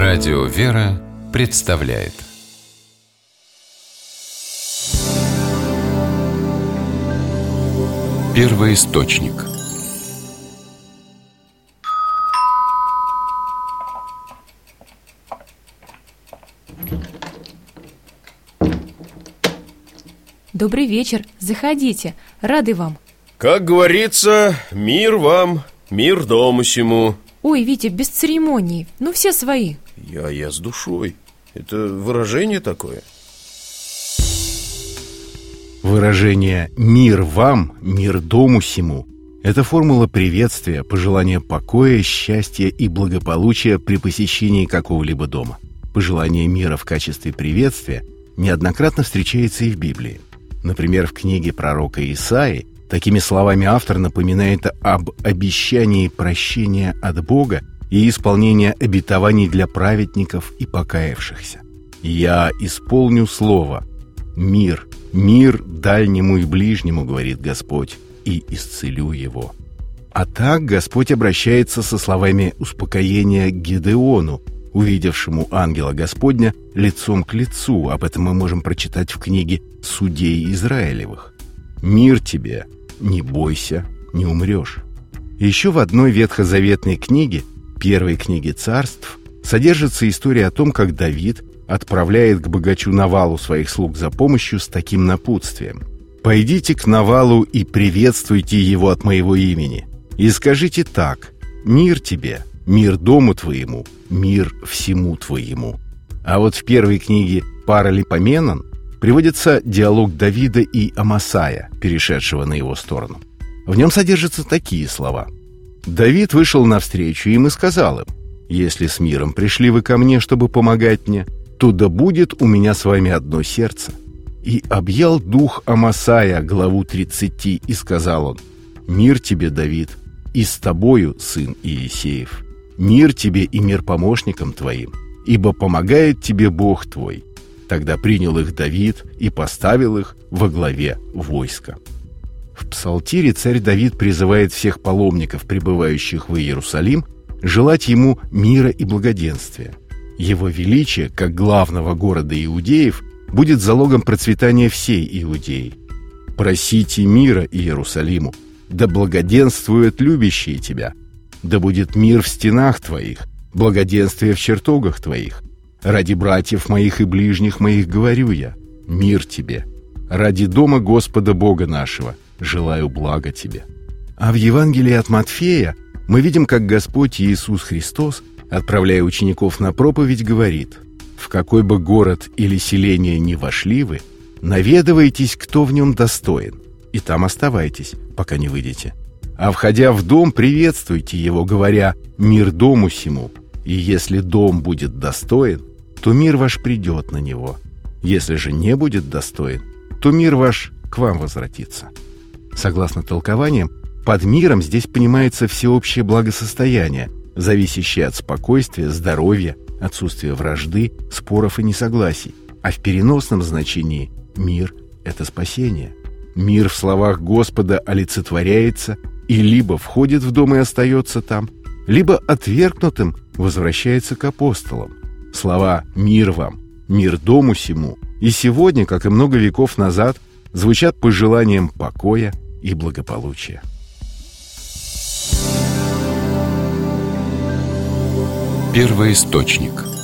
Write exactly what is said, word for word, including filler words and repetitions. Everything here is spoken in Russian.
Радио «Вера» представляет Первоисточник. Добрый вечер, заходите, рады вам. Как говорится, мир вам, мир дому сему. Ой, Витя, без церемоний, ну все свои. Я, я с душой. Это выражение такое? Выражение «мир вам, мир дому сему» – это формула приветствия, пожелания покоя, счастья и благополучия при посещении какого-либо дома. Пожелание мира в качестве приветствия неоднократно встречается и в Библии. Например, в книге пророка Исаии такими словами автор напоминает об обещании прощения от Бога и исполнения обетований для праведников и покаявшихся. «Я исполню слово. Мир, мир дальнему и ближнему, говорит Господь, и исцелю его». А так Господь обращается со словами успокоения к Гедеону, увидевшему ангела Господня лицом к лицу. Об этом мы можем прочитать в книге «Судей Израилевых». «Мир тебе, не бойся, не умрешь». Еще в одной ветхозаветной книге, первой книге Царств, содержится история о том, как Давид отправляет к богачу Навалу своих слуг за помощью с таким напутствием: «Пойдите к Навалу и приветствуйте его от моего имени, и скажите так: мир тебе, мир дому твоему, мир всему твоему». А вот в первой книге Паралипоменон приводится диалог Давида и Амасая, перешедшего на его сторону. В нем содержатся такие слова: «Давид вышел навстречу им и сказал им: если с миром пришли вы ко мне, чтобы помогать мне, то да будет у меня с вами одно сердце. И объял дух Амасая главу тридцати, и сказал он: мир тебе, Давид, и с тобою, сын Иисеев. Мир тебе и мир помощникам твоим, ибо помогает тебе Бог твой». Тогда принял их Давид и поставил их во главе войска. В Псалтире царь Давид призывает всех паломников, прибывающих в Иерусалим, желать ему мира и благоденствия. Его величие, как главного города иудеев, будет залогом процветания всей Иудеи. «Просите мира Иерусалиму, да благоденствуют любящие тебя. Да будет мир в стенах твоих, благоденствие в чертогах твоих. Ради братьев моих и ближних моих говорю я: мир тебе. Ради дома Господа Бога нашего желаю блага тебе». А в Евангелии от Матфея мы видим, как Господь Иисус Христос, отправляя учеников на проповедь, говорит: «В какой бы город или селение ни вошли вы, наведывайтесь, кто в нем достоин, и там оставайтесь, пока не выйдете. А входя в дом, приветствуйте его, говоря: мир дому сему. И если дом будет достоин, то мир ваш придет на него. Если же не будет достоин, то мир ваш к вам возвратится». Согласно толкованиям, под миром здесь понимается всеобщее благосостояние, зависящее от спокойствия, здоровья, отсутствия вражды, споров и несогласий. А в переносном значении мир – это спасение. Мир в словах Господа олицетворяется и либо входит в дом и остается там, либо отвергнутым возвращается к апостолам. Слова «мир вам», «мир дому сему» и сегодня, как и много веков назад, звучат пожеланием покоя и благополучия. Первоисточник.